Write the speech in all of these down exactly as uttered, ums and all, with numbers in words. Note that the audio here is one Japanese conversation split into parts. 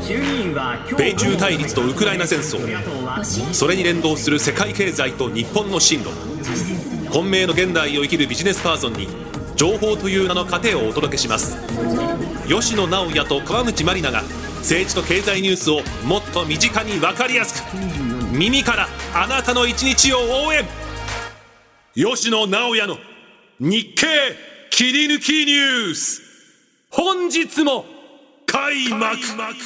米中対立とウクライナ戦争、それに連動する世界経済と日本の進路、混迷の現代を生きるビジネスパーソンに情報という名の糧をお届けします。吉野直也と川口まりなが政治と経済ニュースをもっと身近に分かりやすく、耳からあなたの一日を応援。吉野直也の日経切り抜きニュース、本日も開幕。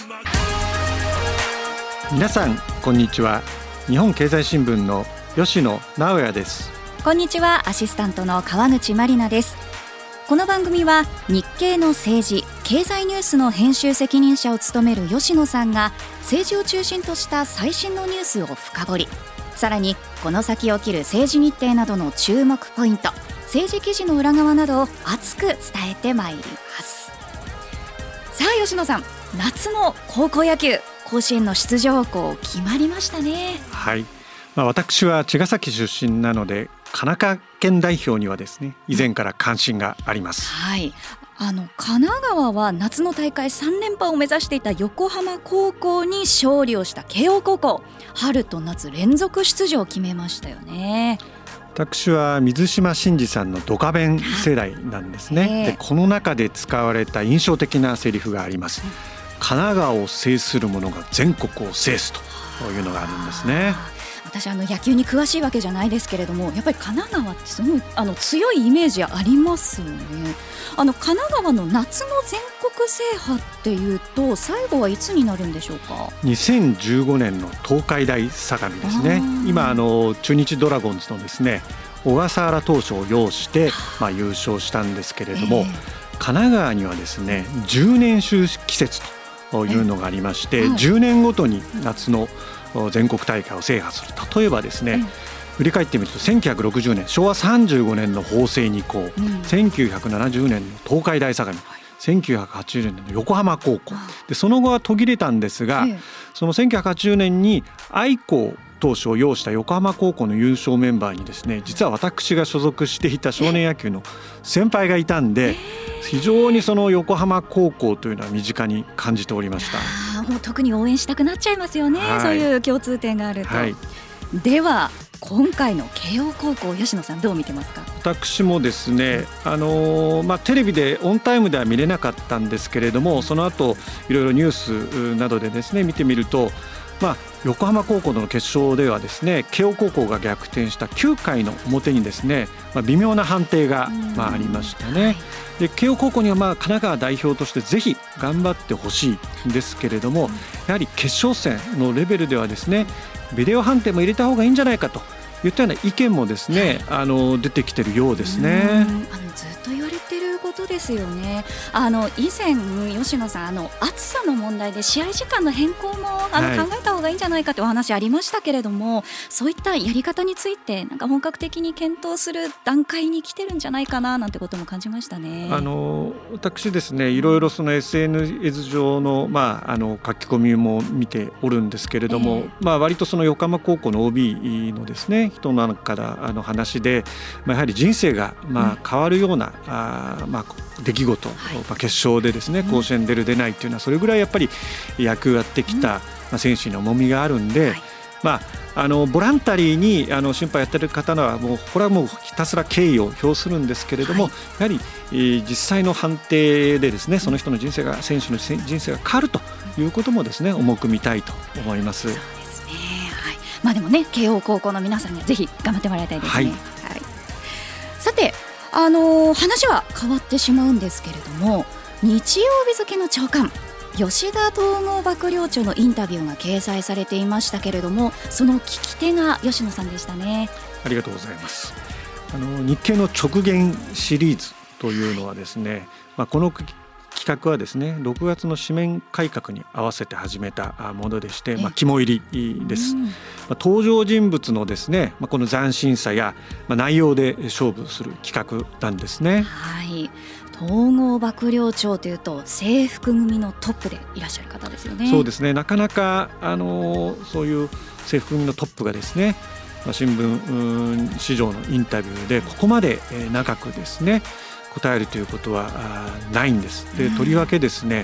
皆さんこんにちは。日本経済新聞の吉野直也です。 こんにちは。アシスタントの川口まりなです。この番組は日経の政治経済ニュースの編集責任者を務める吉野さんが政治を中心とした最新のニュースを深掘り、さらにこの先起きる政治日程などの注目ポイント、政治記事の裏側などを熱く伝えてまいります。さあ吉野さん、夏の高校野球甲子園の出場校決まりましたね。 はい、まあ、私は茅ヶ崎出身なので神奈川県代表にはですね以前から関心があります。 はい、あの神奈川は夏の大会さん連覇を目指していた横浜高校に勝利をした慶応高校、春と夏連続出場を決めましたよね。 私は水島新司さんのドカベン世代なんですね。でこの中で使われた印象的なセリフがあります。神奈川を制する者が全国を制すというのがあるんですね。 私あの野球に詳しいわけじゃないですけれども、やっぱり神奈川ってすごいあの強いイメージありますよね。あの神奈川の夏の全国制覇っていうと最後はいつになるんでしょうか。 にせんじゅうごねんの東海大相模ですね。今あの中日ドラゴンズのですね小笠原投手を擁して、まあ、優勝したんですけれども、えー、神奈川にはですねじゅうねん周期節というのがありまして、えーはい、じゅうねんごとに夏の全国大会を制覇する。例えばですね、うん、振り返ってみるとせんきゅうひゃくろくじゅうねんしょうわさんじゅうごねんの法政二高、うん、せんきゅうひゃくななじゅうねんの東海大相模、はい、せんきゅうひゃくはちじゅうねんの横浜高校で、その後は途切れたんですが、ええ、そのせんきゅうひゃくはちじゅうねんに愛工投手を擁した横浜高校の優勝メンバーにですね、実は私が所属していた少年野球の先輩がいたんで、非常にその横浜高校というのは身近に感じておりました。 あ、もう特に応援したくなっちゃいますよね、はい、そういう共通点があると、はい、では今回の慶応高校、吉野さんどう見てますか。 私もですね、あのーまあ、テレビでオンタイムでは見れなかったんですけれども、その後いろいろニュースなどでですね見てみると、まあ、横浜高校の決勝ではですね慶応高校が逆転したきゅうかいの表にですね、まあ、微妙な判定が、まあ、ありましたね、はい、で慶応高校にはまあ神奈川代表としてぜひ頑張ってほしいんですけれども、やはり決勝戦のレベルではですねビデオ判定も入れた方がいいんじゃないかといったような意見もですね、あの出てきているようですね。 あのずっと言われてることですよね。あの以前吉野さん、あの暑さの問題で試合時間の変更もあの、はい、考えた方がいいんじゃないかというお話ありましたけれども、そういったやり方についてなんか本格的に検討する段階に来てるんじゃないかななんてことも感じましたね。 あの私ですね、いろいろその エスエヌエス 上の、まあ、あの書き込みも見ておるんですけれども、えーまあ、割とその横浜高校の オービー のですね人なんかからあの話で、まあ、やはり人生がまあ変わるような、うん、あまあ出来事、はいまあ、決勝でですね甲子園出る出ないっていうのはそれぐらいやっぱり野球やってきた、うんまあ、選手に重みがあるんで、はいまあ、あのボランタリーにあの審判やってる方はもうこれはもうひたすら敬意を表するんですけれども、はい、やはり、えー、実際の判定でですねその人の人生が選手の人生が変わるということもですね重く見たいと思います。 そうですね、はいまあ、でもね慶応高校の皆さんにはぜひ頑張ってもらいたいですね、はいはい、さて、あのー、話は変わってしまうんですけれども、日曜日付の朝刊吉田統合幕僚長のインタビューが掲載されていましたけれども、その聞き手が吉野さんでしたね。 ありがとうございます。あの日経の直言シリーズというのはですね、まあ、この企画はですねろくがつの紙面改革に合わせて始めたものでして、まあ、肝入りです、うんまあ、登場人物のですね、まあ、この斬新さや、まあ、内容で勝負する企画なんですね。 はい、統合幕僚長というと制服組のトップでいらっしゃる方ですよね。 そうですね、なかなかあのそういう制服組のトップがですね、まあ、新聞市場のインタビューでここまで長くですね答えるということはないんです。でとりわけですね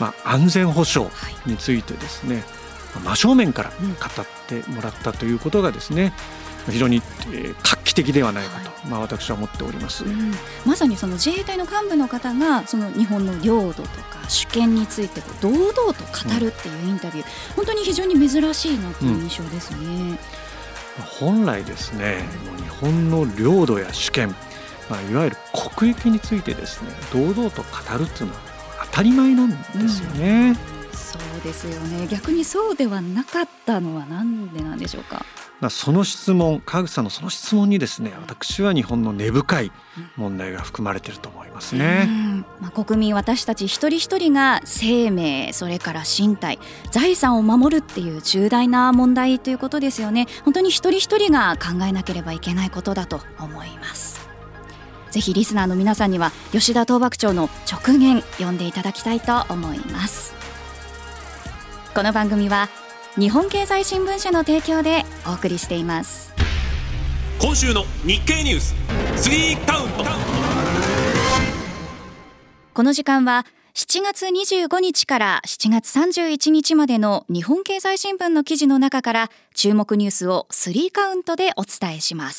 まあ、安全保障についてですね、はい、真正面から語ってもらったということがですね、非常に画期的ではないかと、はい、まあ、私は思っております、うん、 まさにその自衛隊の幹部の方がその日本の領土とか主権について堂々と語るっていうインタビュー、うん、本当に非常に珍しいなという印象ですね、うん、 本来ですね、もう日本の領土や主権、まあ、いわゆる国益についてですね堂々と語るっていうのは当たり前なんですよね、うん、 そうですよね。逆にそうではなかったのはなんでなんでしょうか。 その質問、川口さんのその質問にですね、私は日本の根深い問題が含まれていると思いますね、 うんまあ、国民私たち一人一人が生命、それから身体、財産を守るっていう重大な問題ということですよね。本当に一人一人が考えなければいけないことだと思います。ぜひリスナーの皆さんには吉田東幕長の直言読んでいただきたいと思います。この番組は日本経済新聞社の提供でお送りしています。 今週の日経ニューススリーカウント。 この時間はしちがつにじゅうごにちからしちがつさんじゅういちにちまでの日本経済新聞の記事の中から注目ニュースをスリーカウントでお伝えします。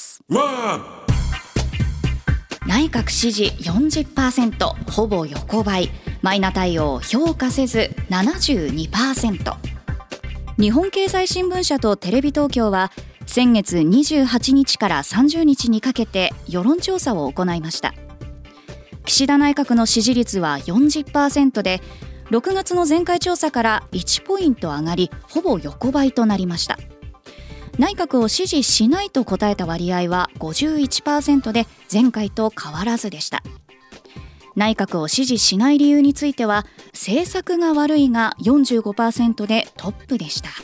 内閣支持 よんじゅっパーセント ほぼ横ばい、マイナ対応評価せず ななじゅうにパーセント。日本経済新聞社とテレビ東京は先月にじゅうはちにちからさんじゅうにちにかけて世論調査を行いました。岸田内閣の支持率は よんじゅっパーセント でろくがつの前回調査からいちポイント上がり、ほぼ横ばいとなりました。内閣を支持しないと答えた割合は ごじゅういちパーセント で前回と変わらずでした。内閣を支持しない理由については政策が悪いが よんじゅうごパーセント でトップでした。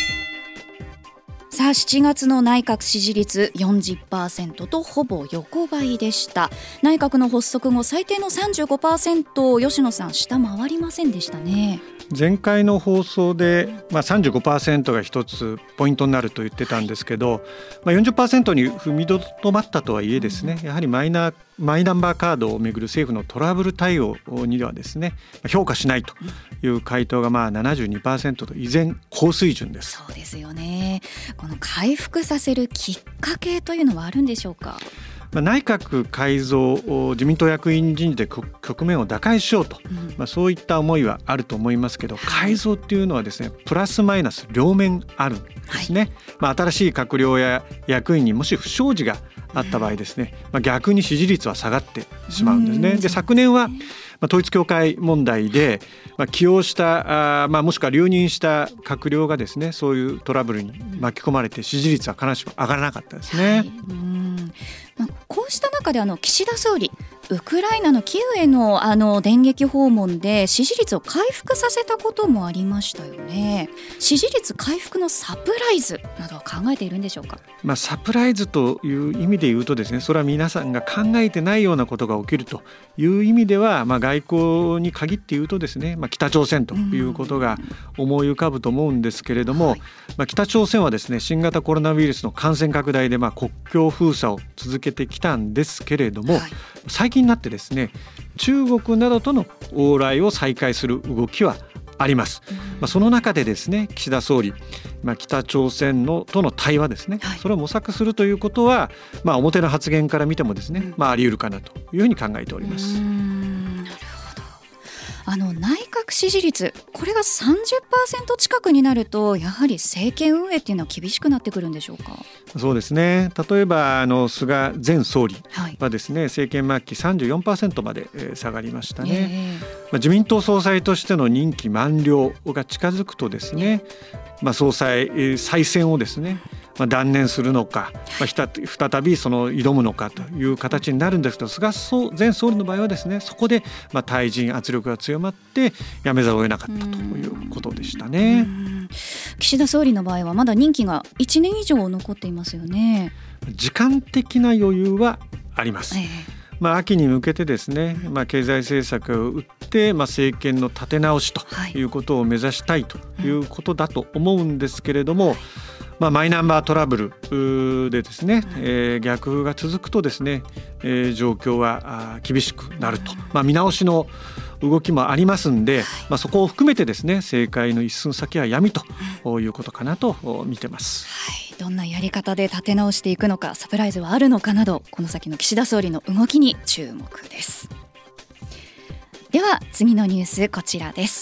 さあしちがつの内閣支持率 よんじゅっパーセント とほぼ横ばいでした。内閣の発足後最低の さんじゅうごパーセント を吉野さん下回りませんでしたね。 前回の放送で、まあ、さんじゅうごパーセント が一つポイントになると言ってたんですけど、まあ、よんじゅっパーセント に踏みとどまったとはいえですね、やはりマイナマイナンバーカードをめぐる政府のトラブル対応にはですね評価しないという回答がまあ ななじゅうにパーセント と依然高水準です。 そうですよね。この回復させるきっかけというのはあるんでしょうか。 内閣改造、自民党役員人事で局面を打開しようと、うんまあ、そういった思いはあると思いますけど、改造っていうのはですねプラスマイナス両面あるんですね、はいまあ、新しい閣僚や役員にもし不祥事があった場合ですね、まあ、逆に支持率は下がってしまうんですね。で昨年はまあ、統一教会問題で、まあ、起用したあ、まあ、もしくは留任した閣僚がですねそういうトラブルに巻き込まれて支持率は必ずしも上がらなかったですね、はいうんまあ、こうした中であの岸田総理ウクライナのキーウへのあの電撃訪問で支持率を回復させたこともありましたよね。支持率回復のサプライズなどは考えているんでしょうか。 まあ、サプライズという意味で言うとですねそれは皆さんが考えてないようなことが起きるという意味では、まあ、外交に限って言うとですね、まあ、北朝鮮ということが思い浮かぶと思うんですけれども、はいまあ、北朝鮮はですね新型コロナウイルスの感染拡大でまあ国境封鎖を続けてきたんですけれども、はい、最近になってですね中国などとの往来を再開する動きはあります、うんまあ、その中でですね岸田総理、まあ、北朝鮮のとの対話ですね、はい、それを模索するということは、まあ、表の発言から見てもですね、うんまあ、あり得るかなというふうに考えております。 うんなるほど。あの内閣支持率これが さんじゅっパーセント 近くになるとやはり政権運営っていうのは厳しくなってくるんでしょうか。 そうですね。例えばあの菅前総理はですね、はい、政権末期 さんじゅうよんパーセント まで下がりましたね、えーまあ、自民党総裁としての任期満了が近づくとですね、まあ、総裁再選をですねまあ、断念するのか、まあ、再びその挑むのかという形になるんですけど菅前総理の場合はですねそこでまあ対人圧力が強まって辞めざるを得なかったということでしたね。 うん岸田総理の場合はまだ任期がいちねん以上残っていますよね。 時間的な余裕はあります、ええまあ、秋に向けてですね、まあ、経済政策を打って、まあ、政権の立て直しということを目指したいということだと思うんですけれども、はいまあ、マイナンバートラブルでですね、えー、逆風が続くとですね、えー、状況は厳しくなると、まあ、見直しの動きもありますんで、はい、まあ、そこを含めてですね政界の一寸先は闇ということかなと見てます、 はい、どんなやり方で立て直していくのか、サプライズはあるのかなど、この先の岸田総理の動きに注目です。では次のニュース、こちらです。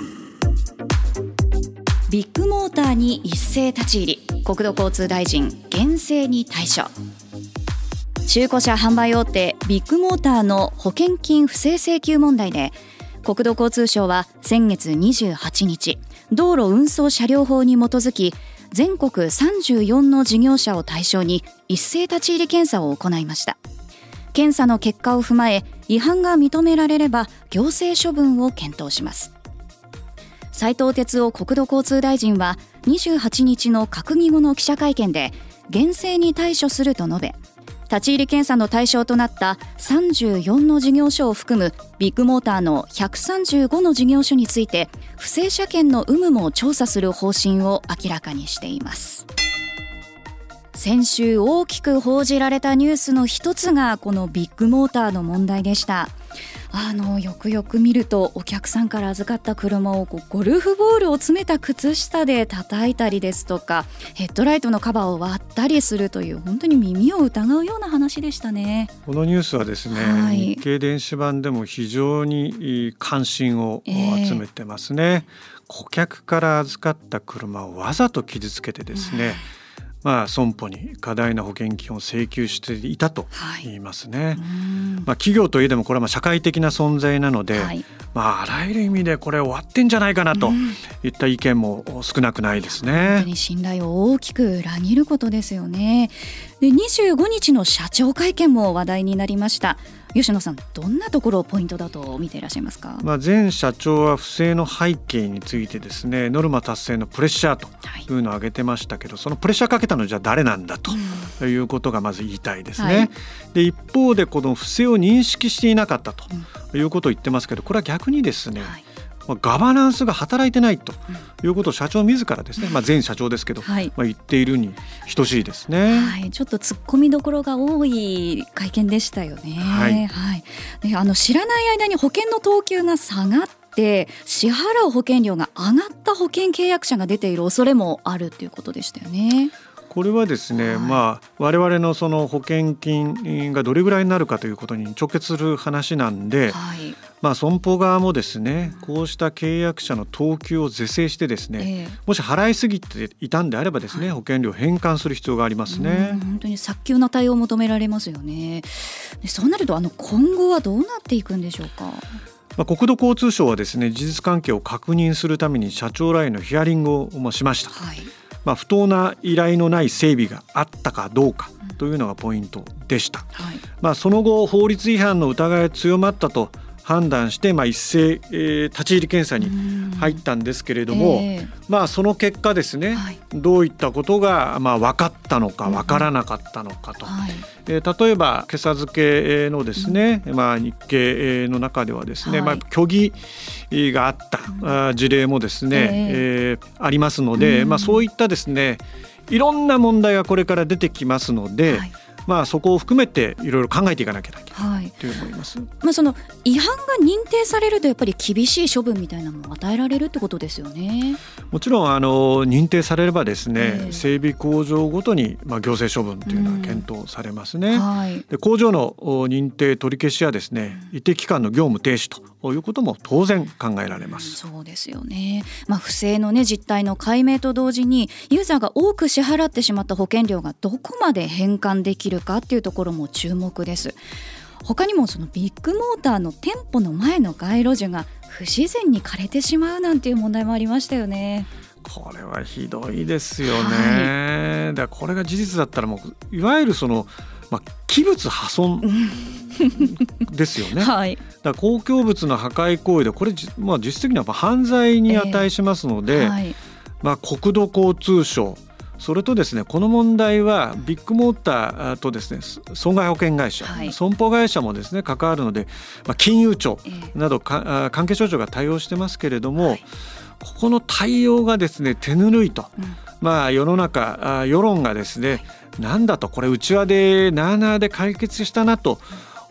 ビッグモーターに一斉立ち入り、国土交通大臣厳正に対処。中古車販売大手ビッグモーターの保険金不正請求問題で、国土交通省は先月にじゅうはちにち、道路運送車両法に基づき全国さんじゅうよんの事業者を対象に一斉立ち入り検査を行いました。検査の結果を踏まえ、違反が認められれば行政処分を検討します。斉藤鉄夫国土交通大臣はにじゅうはちにちの閣議後の記者会見で、厳正に対処すると述べ、立ち入り検査の対象となったさんじゅうよんの事業所を含むビッグモーターのひゃくさんじゅうごの事業所について、不正車検の有無も調査する方針を明らかにしています。先週大きく報じられたニュースの一つがこのビッグモーターの問題でした。あのよくよく見ると、お客さんから預かった車をこうゴルフボールを詰めた靴下で叩いたりですとか、ヘッドライトのカバーを割ったりするという、本当に耳を疑うような話でしたね。 このニュースはですね、はい、日経電子版でも非常に関心を集めてますね、えー、顧客から預かった車をわざと傷つけてですね、うん、まあ、損保に過大な保険金を請求していたと言いますね、はい、まあ、企業といえどもこれはまあ社会的な存在なので、はい、まあ、あらゆる意味でこれ終わってんじゃないかなといった意見も少なくないですね。 本当に信頼を大きく裏切ることですよね。で、にじゅうごにちの社長会見も話題になりました。吉野さん、どんなところをポイントだと見ていらっしゃいますか？ まあ、前社長は不正の背景についてですね、ノルマ達成のプレッシャーというのを挙げてましたけど、はい、そのプレッシャーかけたのじゃ誰なんだということがまず言いたいですね、はい、で一方でこの不正を認識していなかったということを言ってますけど、これは逆にですね、はい、ガバナンスが働いてないということを社長自らですね、まあ、前社長ですけど、はい、まあ、言っているに等しいですね、 はい、ちょっと突っ込みどころが多い会見でしたよね、はいはい、であの知らない間に保険の等級が下がって支払う保険料が上がった保険契約者が出ている恐れもあるということでしたよね。 これはですね、はい、まあ、我々のその保険金がどれぐらいになるかということに直結する話なんで、はい、まあ、損保側もですね、こうした契約者の等級を是正してですね、えー、もし払いすぎていたんであればですね、はい、保険料を返還する必要がありますね。 うん、本当に早急な対応を求められますよね。でそうなるとあの今後はどうなっていくんでしょうか？ まあ、国土交通省はですね、事実関係を確認するために社長らへのヒアリングをしました、はい、まあ、不当な依頼のない整備があったかどうかというのがポイントでした、はい、まあ、その後法律違反の疑いが強まったと判断して、まあ、一斉、えー、立ち入り検査に入ったんですけれども、えーまあ、その結果ですね、はい、どういったことが、まあ、分かったのか分からなかったのかと、うん、はい、えー、例えば今朝付のですね、うん、まあ、日経の中ではですね、はい、まあ、虚偽があった事例もですね、えーえー、ありますので、うん、まあ、そういったですね、いろんな問題がこれから出てきますので、はい、まあ、そこを含めていろいろ考えていかなきゃいけないと思います、はい、 まあ、その違反が認定されるとやっぱり厳しい処分みたいなのも与えられるってことですよね。 もちろんあの認定されればですね、えー、整備工場ごとに、まあ、行政処分というのは検討されますね、うん、はい、で工場の認定取り消しやですね、一定期間の業務停止ということも当然考えられます、 うん、そうですよね、まあ、不正の、ね、実態の解明と同時にユーザーが多く支払ってしまった保険料がどこまで返還できるかっていうところも注目です。他にもそのビッグモーターの店舗の前の街路樹が不自然に枯れてしまうなんていう問題もありましたよね。 これはひどいですよね、はい、だからこれが事実だったらもういわゆるその、まあ、器物破損ですよね、はい、だから公共物の破壊行為でこれ、まあ、実質的には犯罪に値しますので、えーはい、まあ、国土交通省それとですね、この問題はビッグモーターとですね、損害保険会社、はい、損保会社もですね関わるので、まあ、金融庁などか関係省庁が対応してますけれども、はい、ここの対応がですね手ぬるいと、うん、まあ、世の中世論がですね、なんだとこれ内輪でなあなあで解決したなと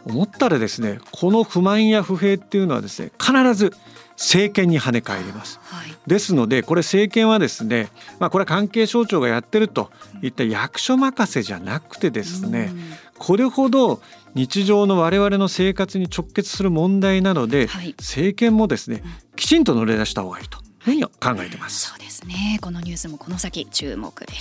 思ったらですね、この不満や不平っていうのはですね、必ず政権に跳ね返ります、はい、ですのでこれ政権はですね、まあ、これは関係省庁がやってるといった役所任せじゃなくてですね、これほど日常の我々の生活に直結する問題なので、はい、政権もですね、きちんと乗り出した方がいいというふうに考えています、 そうですね。このニュースもこの先注目です。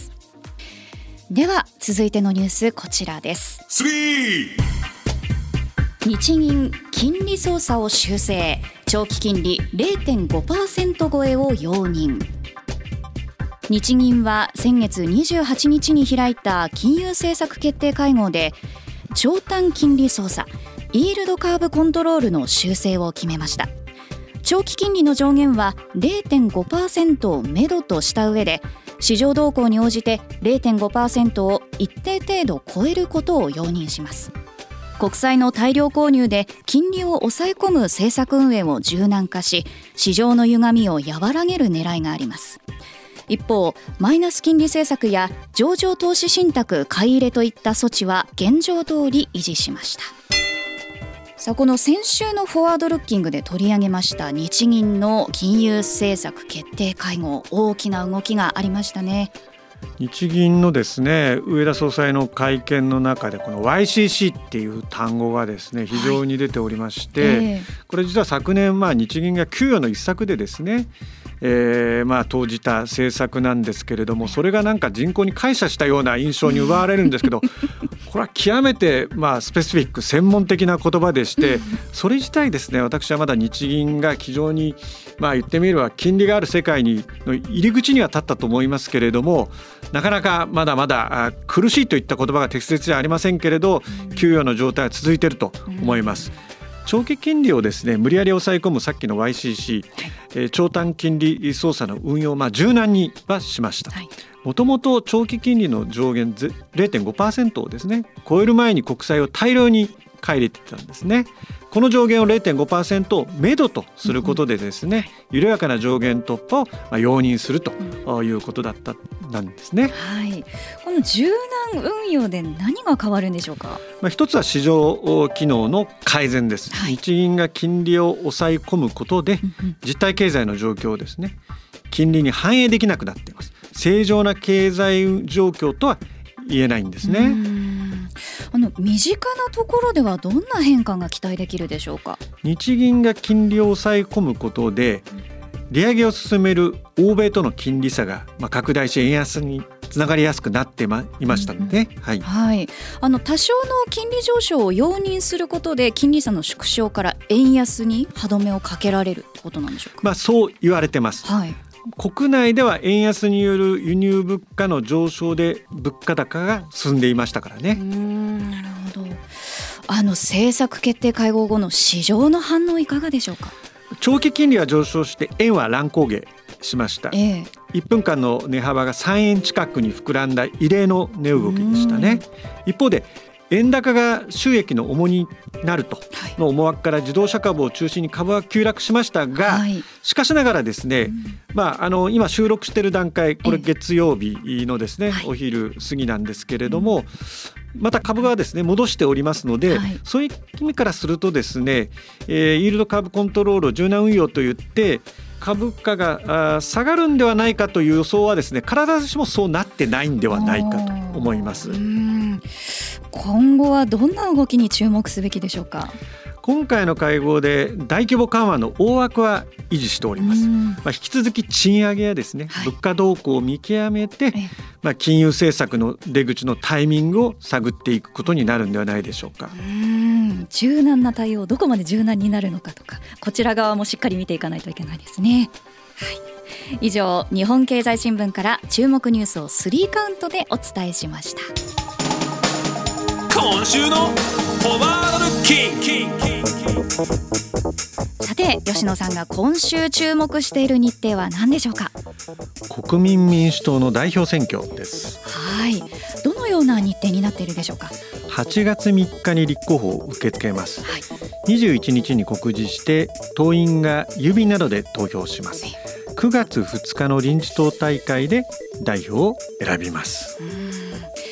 では続いてのニュース、こちらです。スリー日銀金利操作を修正、長期金利 ゼロテンごパーセント 超えを容認。日銀は先月にじゅうはちにちに開いた金融政策決定会合で、長短金利操作、イールドカーブコントロールの修正を決めました。長期金利の上限は ゼロテンごパーセント をめどとした上で、市場動向に応じて ゼロテンごパーセント を一定程度超えることを容認します。国債の大量購入で金利を抑え込む政策運営を柔軟化し、市場の歪みを和らげる狙いがあります。一方、マイナス金利政策や上場投資信託買い入れといった措置は現状通り維持しました。さあ、この先週のフォワードルッキングで取り上げました日銀の金融政策決定会合、大きな動きがありましたね。 日銀のですね、植田総裁の会見の中でこの ワイシーシー っていう単語がですね、非常に出ておりまして、はい、えー、これ実は昨年、まあ、日銀が給与の一策でですね、えーまあ、投じた政策なんですけれども、それがなんか人口に感謝したような印象に奪われるんですけどこれは極めてまあスペシフィック専門的な言葉でして、それ自体ですね、私はまだ日銀が非常にまあ言ってみれば金利がある世界にの入り口には立ったと思いますけれども、なかなかまだまだ苦しいといった言葉が適切ではありませんけれど、給与の状態は続いていると思います。長期金利をですね、無理やり抑え込むさっきの ワイシーシー、えー、長短金利操作の運用をまあ柔軟にはしました。もともと長期金利の上限 ゼロテンごパーセント をですね、超える前に国債を大量に買い入れてたんですね。この上限を ゼロテンごパーセント をめどとすることでですね、緩やかな上限突破をまあ容認するということだったなんですね。 はい、この柔軟運用で何が変わるんでしょうか。 まあ、一つは市場機能の改善です、はい、日銀が金利を抑え込むことで実体経済の状況をですね、金利に反映できなくなっています。正常な経済状況とは言えないんですね。うーん、 あの身近なところではどんな変化が期待できるでしょうか。 日銀が金利を抑え込むことで利上げを進める欧米との金利差がまあ拡大し円安につながりやすくなっていましたので、うん、はいはい、あの多少の金利上昇を容認することで金利差の縮小から円安に歯止めをかけられるってことなんでしょうか。 まあ、そう言われてます、 はい、 国内では円安による輸入物価の上昇で物価高が進んでいましたからね。 うーん、なるほど。あの政策決定会合後の市場の反応いかがでしょうか。 長期金利は上昇して円は乱高下しました、ええ、いっぷんかんの値幅がさんえん近くに膨らんだ異例の値動きでしたね。一方で円高が収益の重荷になるとの思惑から自動車株を中心に株は急落しましたが、はい、しかしながらですね、うん、まあ、あの今収録している段階、これ月曜日のですね、お昼過ぎなんですけれども、また株がですね戻しておりますので、はい、そういう意味からするとですね、えー、イールドカーブコントロールを柔軟運用といって株価が下がるんではないかという予想はですね、必ずしもそうなってないんではないかと思います。 うん、今後はどんな動きに注目すべきでしょうか。 今回の会合で大規模緩和の大枠は維持しております。まあ、引き続き賃上げやですね、はい、物価動向を見極めて、まあ、金融政策の出口のタイミングを探っていくことになるんではないでしょうか。 うーん、柔軟な対応、どこまで柔軟になるのかとか、こちら側もしっかり見ていかないといけないですね。はい、以上、日本経済新聞から注目ニュースをスリーカウントでお伝えしました。 今週のフォワードルッキング。 さて、吉野さんが今週注目している日程は何でしょうか。 国民民主党の代表選挙です。 はい、どのような日程になっているでしょうか。 はちがつみっかに立候補を受け付けます、はい、にじゅういちにちに告示して党員が郵便などで投票します。くがつふつかの臨時党大会で代表を選びます。 うん、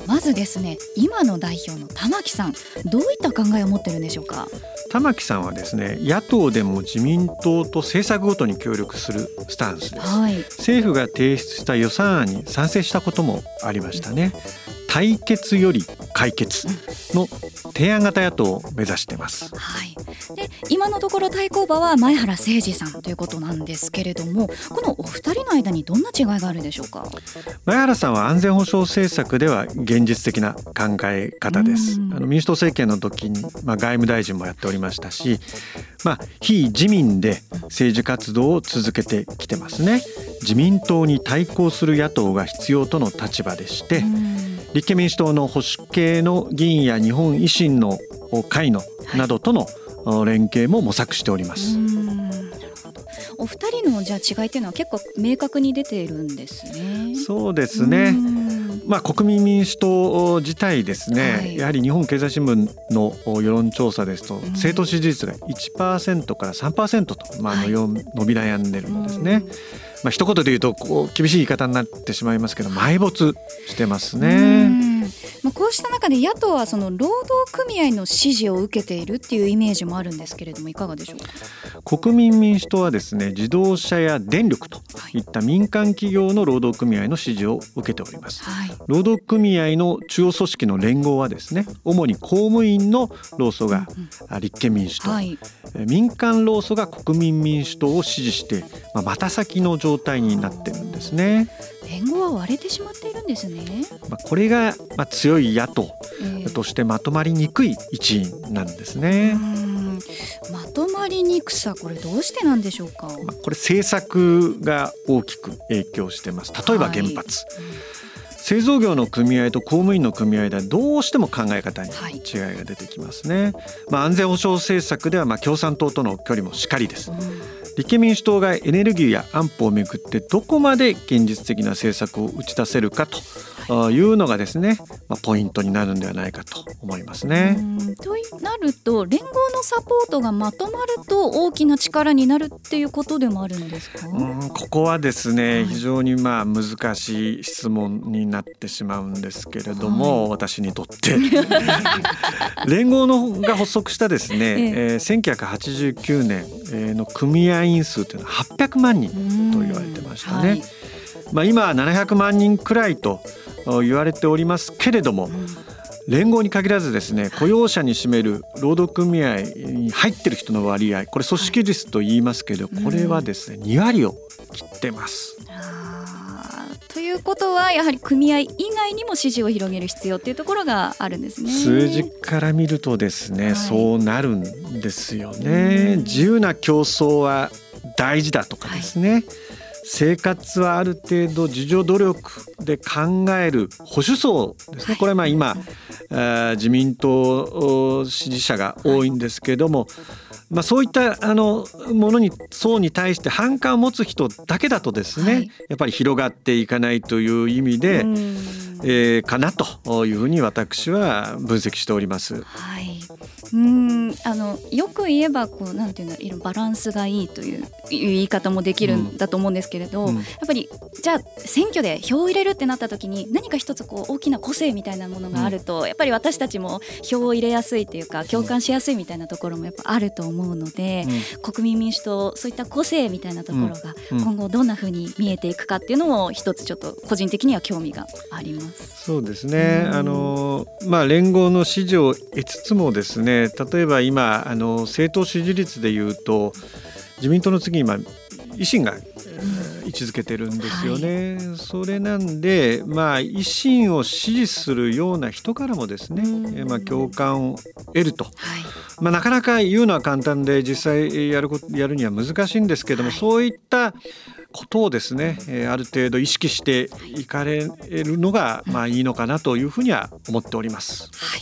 まずですね、今の代表の玉木さん、どういった考えを持ってるんでしょうか。 玉木さんはですね、野党でも自民党と政策ごとに協力するスタンスです、はい、政府が提出した予算案に賛成したこともありましたね。対決より解決の提案型野党を目指しています、 はい、で今のところ対抗馬は前原誠司さんということなんですけれども、このお二人の間にどんな違いがあるでしょうか。 前原さんは安全保障政策では現実的な考え方です。あの民主党政権の時に、まあ、外務大臣もやっておりましたし、まあ、非自民で政治活動を続けてきてますね。自民党に対抗する野党が必要との立場でして、立憲民主党の保守系の議員や日本維新の会のなどとの連携も模索しております。 うーん、なるほど。お二人のじゃあ違いというのは結構明確に出ているんですね。 そうですね。まあ、国民民主党自体ですね、はい、やはり日本経済新聞の世論調査ですと、政党支持率が いちパーセント から さんパーセント と、まあ、伸び悩んでるんですね。まあ、一言で言うとこう厳しい言い方になってしまいますけど、埋没してますね。 まあ、こうした中で野党はその労働組合の支持を受けているっていうイメージもあるんですけれども、いかがでしょうか。 国民民主党はですね、自動車や電力といった民間企業の労働組合の支持を受けております、はい、労働組合の中央組織の連合はですね、主に公務員の労組が立憲民主党、はい、民間労組が国民民主党を支持して、まあ、また先の状態になってるんですね。 連合は割れてしまっているんですね。 まあ、これが、まあ、強い野党としてまとまりにくい一因なんですね。 うーん、まとまりにくさ、これどうしてなんでしょうか。 まあ、これ政策が大きく影響してます。例えば原発、はい、製造業の組合と公務員の組合ではどうしても考え方に違いが出てきますね。はい、まあ、安全保障政策ではまあ共産党との距離もしっかりです。うん、立憲民主党がエネルギーや安保をめぐってどこまで現実的な政策を打ち出せるかというのがですね、まあ、ポイントになるんではないかと思いますね。 うん、となると連合のサポートがまとまると大きな力になるっていうことでもあるんですか。 うん、ここはですね、はい、非常にまあ難しい質問になってしまうんですけれども、はい、私にとって連合のが発足したですね、えええー、せんきゅうひゃくはちじゅうきゅうねんの組合員数というのははっぴゃくまんにんと言われてましたね。はい、まあ、今はななひゃくまんにんくらいと言われておりますけれども、うん、連合に限らずですね、雇用者に占める労働組合に入っている人の割合、これ組織率と言いますけど、これはですねにわりを切ってます。 あ、ということはやはり組合以外にも支持を広げる必要っていうところがあるんですね。 数字から見るとですね、はい、そうなるんですよね。自由な競争は大事だとかですね、はい、生活はある程度自助努力で考える保守層ですね。これはまあ今、はい、自民党支持者が多いんですけれども、はい、まあ、そういったあのものに層に対して反感を持つ人だけだとですね、はい、やっぱり広がっていかないという意味で、えー、かなというふうに私は分析しております。 はい、うーん、あのよく言えばこうなんていうんだろう、バランスがいいという言い方もできるんだと思うんですけれど、うんうん、やっぱりじゃあ選挙で票を入れるってなった時に何か一つこう大きな個性みたいなものがあると、うん、やっぱり私たちも票を入れやすいというか共感しやすいみたいなところもやっぱあると思うので、うん、国民民主党そういった個性みたいなところが今後どんな風に見えていくかっていうのも一つちょっと個人的には興味があります。 そうですね、うん、あのまあ、連合の支持を得つつもですね、例えば今あの政党支持率でいうと自民党の次に今維新が、えー、位置づけてるんですよね。はい、それなんで、まあ、維新を支持するような人からもですね、えーまあ、共感を得ると、はい、まあ、なかなか言うのは簡単で実際やることやるには難しいんですけども、はい、そういったことをですね、えー、ある程度意識していかれるのが、まあ、いいのかなというふうには思っております。 はい、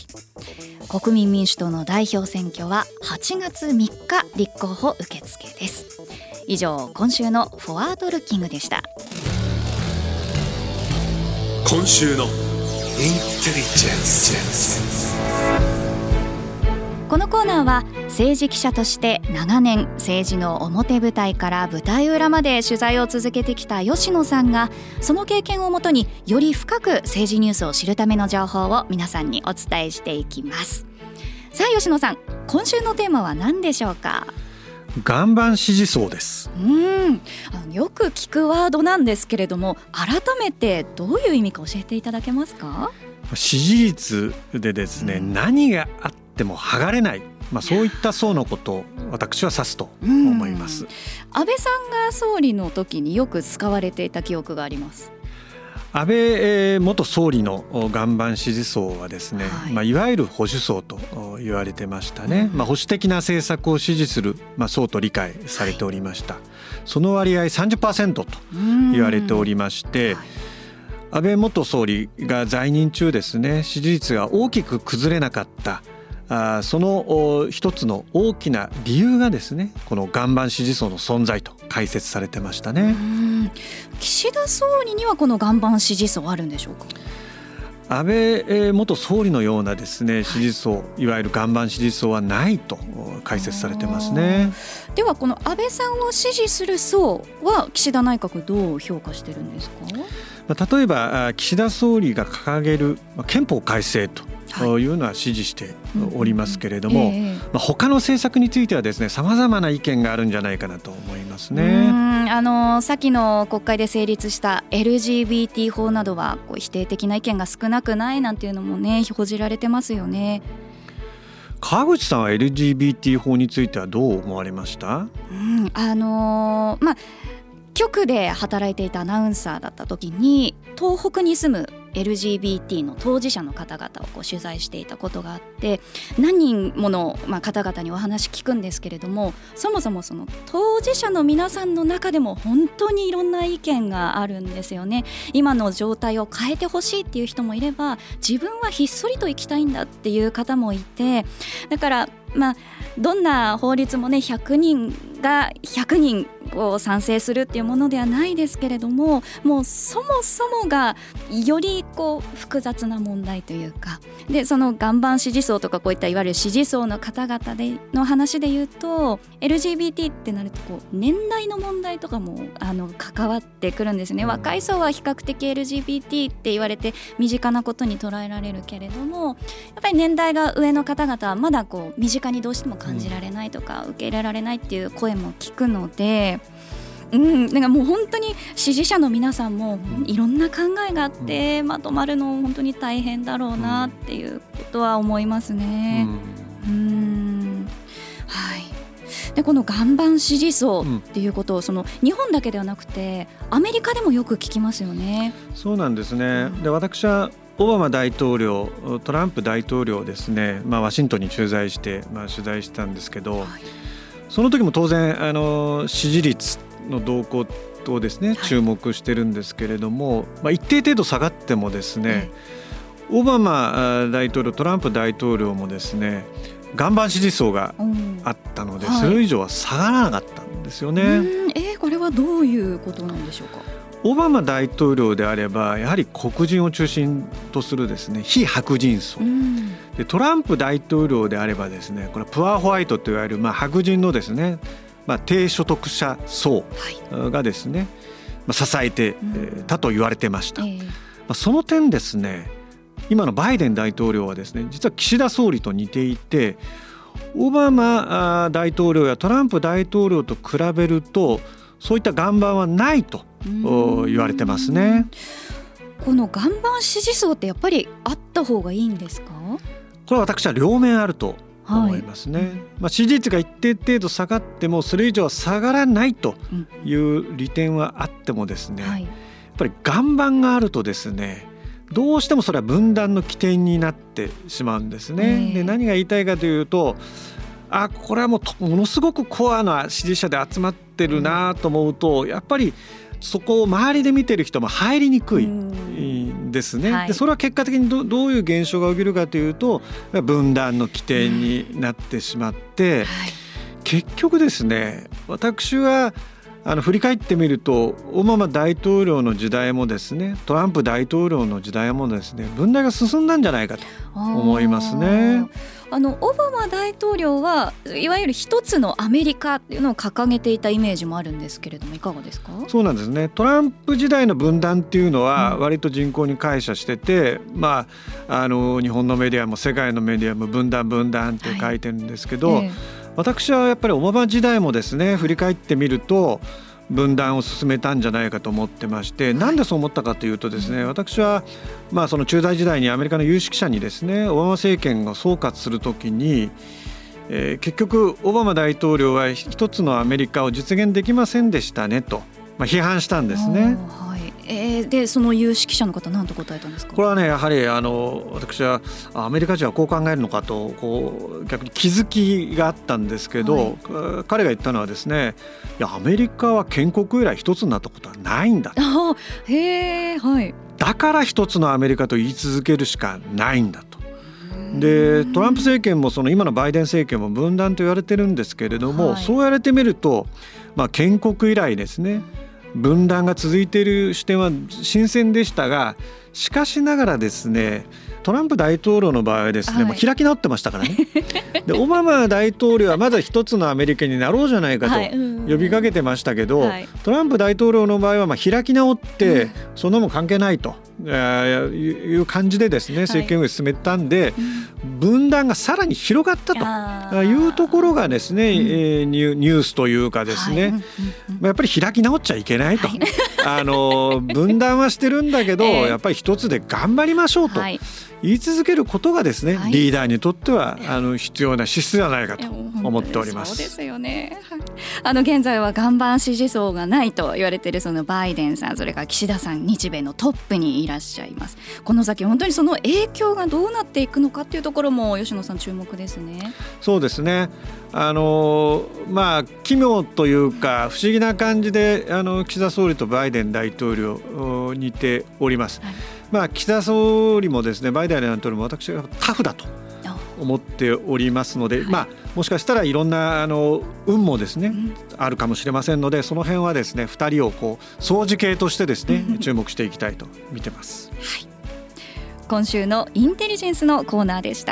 国民民主党の代表選挙ははちがつみっか立候補受付です。以上、今週のフォワードルッキングでした。 今週のインテリジェンス。 このコーナーは政治記者として長年政治の表舞台から舞台裏まで取材を続けてきた吉野さんがその経験をもとにより深く政治ニュースを知るための情報を皆さんにお伝えしていきます。さあ吉野さん、今週のテーマは何でしょうか？ 岩盤支持層です。 うんあのよく聞くワードなんですけれども、改めてどういう意味か教えていただけますか？ 支持率でですね、うん、何があっても剥がれない、まあ、そういった層のことを私は指すと思います。 安倍さんが総理の時によく使われていた記憶があります。 安倍元総理の岩盤支持層はですね、はいまあ、いわゆる保守層と言われてましたね、うんまあ、保守的な政策を支持する、まあ、層と理解されておりました、はい、その割合 さんじゅっパーセント と言われておりまして、はい、安倍元総理が在任中ですね、支持率が大きく崩れなかったあその一つの大きな理由がですね、この岩盤支持層の存在と解説されてましたね。 うん岸田総理にはこの岩盤支持層あるんでしょうか？ 安倍元総理のようなですね支持層、はい、いわゆる岩盤支持層はないと解説されてますね。 ではこの安倍さんを支持する層は岸田内閣どう評価してるんですか？ 例えば岸田総理が掲げる憲法改正とというのは支持しておりますけれども、はいえーまあ、他の政策についてはですね、様々な意見があるんじゃないかなと思いますね。 うんあの先の国会で成立した エルジービーティー 法などはこう否定的な意見が少なくないなんていうのもね報じられてますよね。 川口さんは エルジービーティー 法についてはどう思われました？ うんあのー、まあ局で働いていたアナウンサーだった時に東北に住む エルジービーティー の当事者の方々をこう取材していたことがあって、何人もの、まあ、方々にお話聞くんですけれども、そもそもその当事者の皆さんの中でも本当にいろんな意見があるんですよね。今の状態を変えてほしいっていう人もいれば、自分はひっそりと生きたいんだっていう方もいて、だからまあどんな法律もねひゃくにんがひゃくにんを賛成するっていうものではないですけれども、もうそもそもがよりこう複雑な問題というかで、その岩盤支持層とかこういったいわゆる支持層の方々での話で言うと エルジービーティー ってなるとこう年代の問題とかもあの関わってくるんですね。若い層は比較的 エルジービーティー って言われて身近なことに捉えられるけれども、やっぱり年代が上の方々はまだこう身近にどうしても感じられないとか受け入れられないっていう声も聞くので、うん、だからもう本当に支持者の皆さんもいろんな考えがあってまとまるの本当に大変だろうなっていうことは思いますね。うんうんはい、でこの岩盤支持層っていうことをその日本だけではなくてアメリカでもよく聞きますよね。 そうなんですね。で私はオバマ大統領、トランプ大統領ですね、まあ、ワシントンに駐在して、まあ、取材したんですけど、はい、その時も当然あの支持率の動向をですね、はい、注目してるんですけれども、まあ、一定程度下がってもですね、うん、オバマ大統領、トランプ大統領もですね岩盤支持層があったので、うんはい、それ以上は下がらなかったんですよね。 うんえー、これはどういうことなんでしょうか？ オバマ大統領であればやはり黒人を中心とするですね非白人層、うん、でトランプ大統領であればですねこれプアホワイトといわれるまあ白人のですねまあ低所得者層がですね、はいまあ、支えてたと言われてました、うんえーまあ、その点ですね今のバイデン大統領はですね実は岸田総理と似ていてオバマ大統領やトランプ大統領と比べるとそういった岩盤はないと言われてますね。 この岩盤支持層ってやっぱりあった方がいいんですか？これは私は両面あると思いますね、はいまあ、支持率が一定程度下がってもそれ以上は下がらないという利点はあってもですね、はい、やっぱり岩盤があるとですねどうしてもそれは分断の起点になってしまうんですね。で何が言いたいかというとあこれはもうものすごくコアな支持者で集まってるなと思うとやっぱりそこを周りで見てる人も入りにくいんですね、はい、でそれは結果的に ど, どういう現象が起きるかというと分断の起点になってしまって、はい、結局ですね私はあの振り返ってみるとオバマ大統領の時代もですねトランプ大統領の時代もですね分断が進んだんじゃないかと思いますね。 あのオバマ大統領はいわゆる一つのアメリカっていうのを掲げていたイメージもあるんですけれどもいかがですか？ そうなんですね。トランプ時代の分断っていうのは割と人口に膾炙してて、うんまあ、あの日本のメディアも世界のメディアも分断分断って書いてるんですけど、はいええ、私はやっぱりオバマ時代もですね振り返ってみると分断を進めたんじゃないかと思ってまして、なんでそう思ったかというとですね、私はまあその駐在時代にアメリカの有識者にですねオバマ政権が総括するときに、えー、結局オバマ大統領は一つのアメリカを実現できませんでしたねと、まあ、批判したんですね。 えー、でその有識者の方何と答えたんですか？ これはねやはりあの私はアメリカ人はこう考えるのかとこう逆に気づきがあったんですけど、はい、彼が言ったのはですねいやアメリカは建国以来一つになったことはないんだと。 あへー、はい、 だから一つのアメリカと言い続けるしかないんだと。でトランプ政権もその今のバイデン政権も分断と言われてるんですけれども、はい、そう言われてみると、まあ、建国以来ですね分断が続いている視点は新鮮でしたが、しかしながらですねトランプ大統領の場合はですね、はい、もう開き直ってましたからねでオバマ大統領はまだ一つのアメリカになろうじゃないかと呼びかけてましたけど、はい、トランプ大統領の場合はまあ開き直って、うん、そんなもん関係ないという感じでですね政権を進めたんで、はい、分断がさらに広がったというところがですね、うん、ニュースというかですね、はいまあ、やっぱり開き直っちゃいけないと、はい、あの分断はしてるんだけど、えー、やっぱり一つで頑張りましょうと、はい言い続けることがですね、はい、リーダーにとってはあの必要な資質ではないかと思っております。 そうですよね。あの現在は岩盤支持層がないと言われているそのバイデンさん、それから岸田さん、日米のトップにいらっしゃいます。この先本当にその影響がどうなっていくのかというところも吉野さん注目ですね。 そうですね。あのまあ奇妙というか不思議な感じであの岸田総理とバイデン大統領似ております。はいまあ、岸田総理もですねバイデン大統領も私はタフだと思っておりますので、はいまあ、もしかしたらいろんなあの運もですね、うん、あるかもしれませんのでその辺はですねふたりをこう相似形としてですね注目していきたいと見てます、はい、 今週のインテリジェンスのコーナーでした。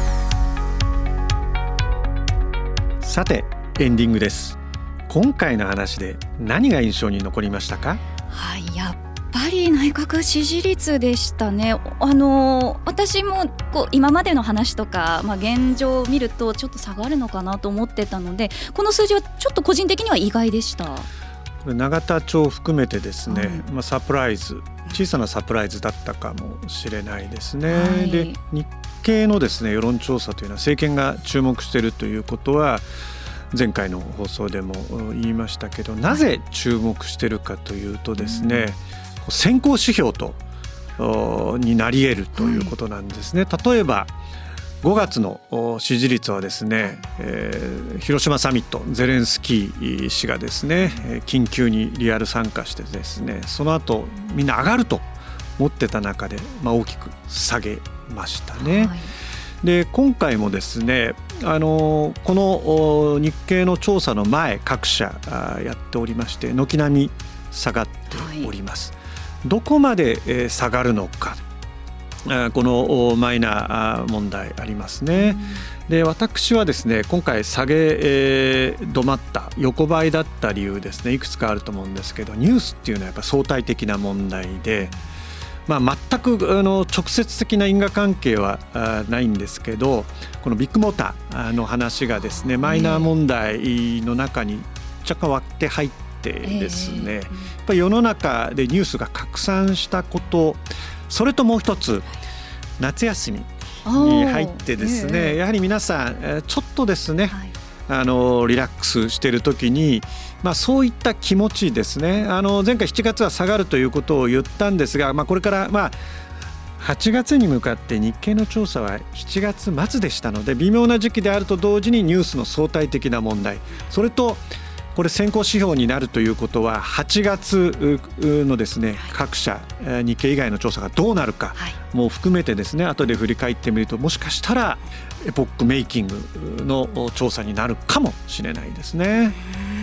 さてエンディングです。今回の話で何が印象に残りましたか？ はい、やっぱり内閣支持率でしたね。あの私もこう今までの話とか、まあ、現状を見るとちょっと下がるのかなと思ってたのでこの数字はちょっと個人的には意外でした。 永田町を含めてですね、はいまあ、サプライズ小さなサプライズだったかもしれないですね、はい、で日経のですね世論調査というのは政権が注目しているということは前回の放送でも言いましたけど、なぜ注目しているかというとですね、うん先行指標とになり得るということなんですね、はい、例えばごがつの支持率はですね、えー、広島サミットゼレンスキー氏がですね緊急にリアル参加してですねその後みんな上がると思ってた中で、まあ、大きく下げましたね、はい、で今回もですねあのこの日経の調査の前各社やっておりまして軒並み下がっております、はいどこまで下がるのかこのマイナ問題ありますね。で私はですね今回下げ止まった横ばいだった理由ですねいくつかあると思うんですけどニュースっていうのはやっぱ相対的な問題で、まあ、全くあの直接的な因果関係はないんですけどこのビッグモーターの話がですねマイナ問題の中に若干割って入ってですね、やっぱり世の中でニュースが拡散したことそれともう一つ夏休みに入ってですねやはり皆さんちょっとですね、はい、あのリラックスしている時に、まあ、そういった気持ちですねあの前回しちがつは下がるということを言ったんですが、まあ、これからまあはちがつに向かって日経の調査はしちがつ末でしたので微妙な時期であると同時にニュースの相対的な問題それとこれ先行指標になるということははちがつのですね各社日経以外の調査がどうなるかも含めてですね後で振り返ってみるともしかしたらエポックメイキングの調査になるかもしれないですね。 、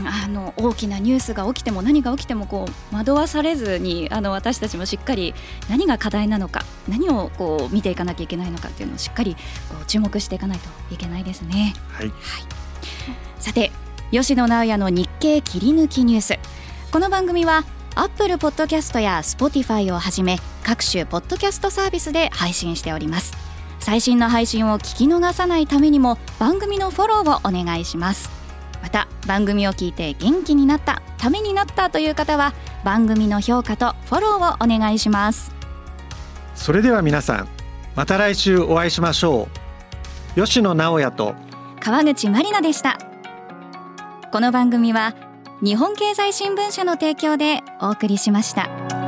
あの大きなニュースが起きても何が起きてもこう惑わされずに、あの私たちもしっかり何が課題なのか、何をこう見ていかなきゃいけないのかっていうのをしっかりこう注目していかないといけないですね。 はい、はい、 さて、吉野直也の日経切り抜きニュース、この番組はアップルポッドキャストや Spotify をはじめ各種ポッドキャストサービスで配信しております。最新の配信を聞き逃さないためにも番組のフォローをお願いします。また番組を聞いて元気になった、ためになったという方は番組の評価とフォローをお願いします。 それでは皆さん、また来週お会いしましょう。吉野直也と川口まりなでした。この番組は日本経済新聞社の提供でお送りしました。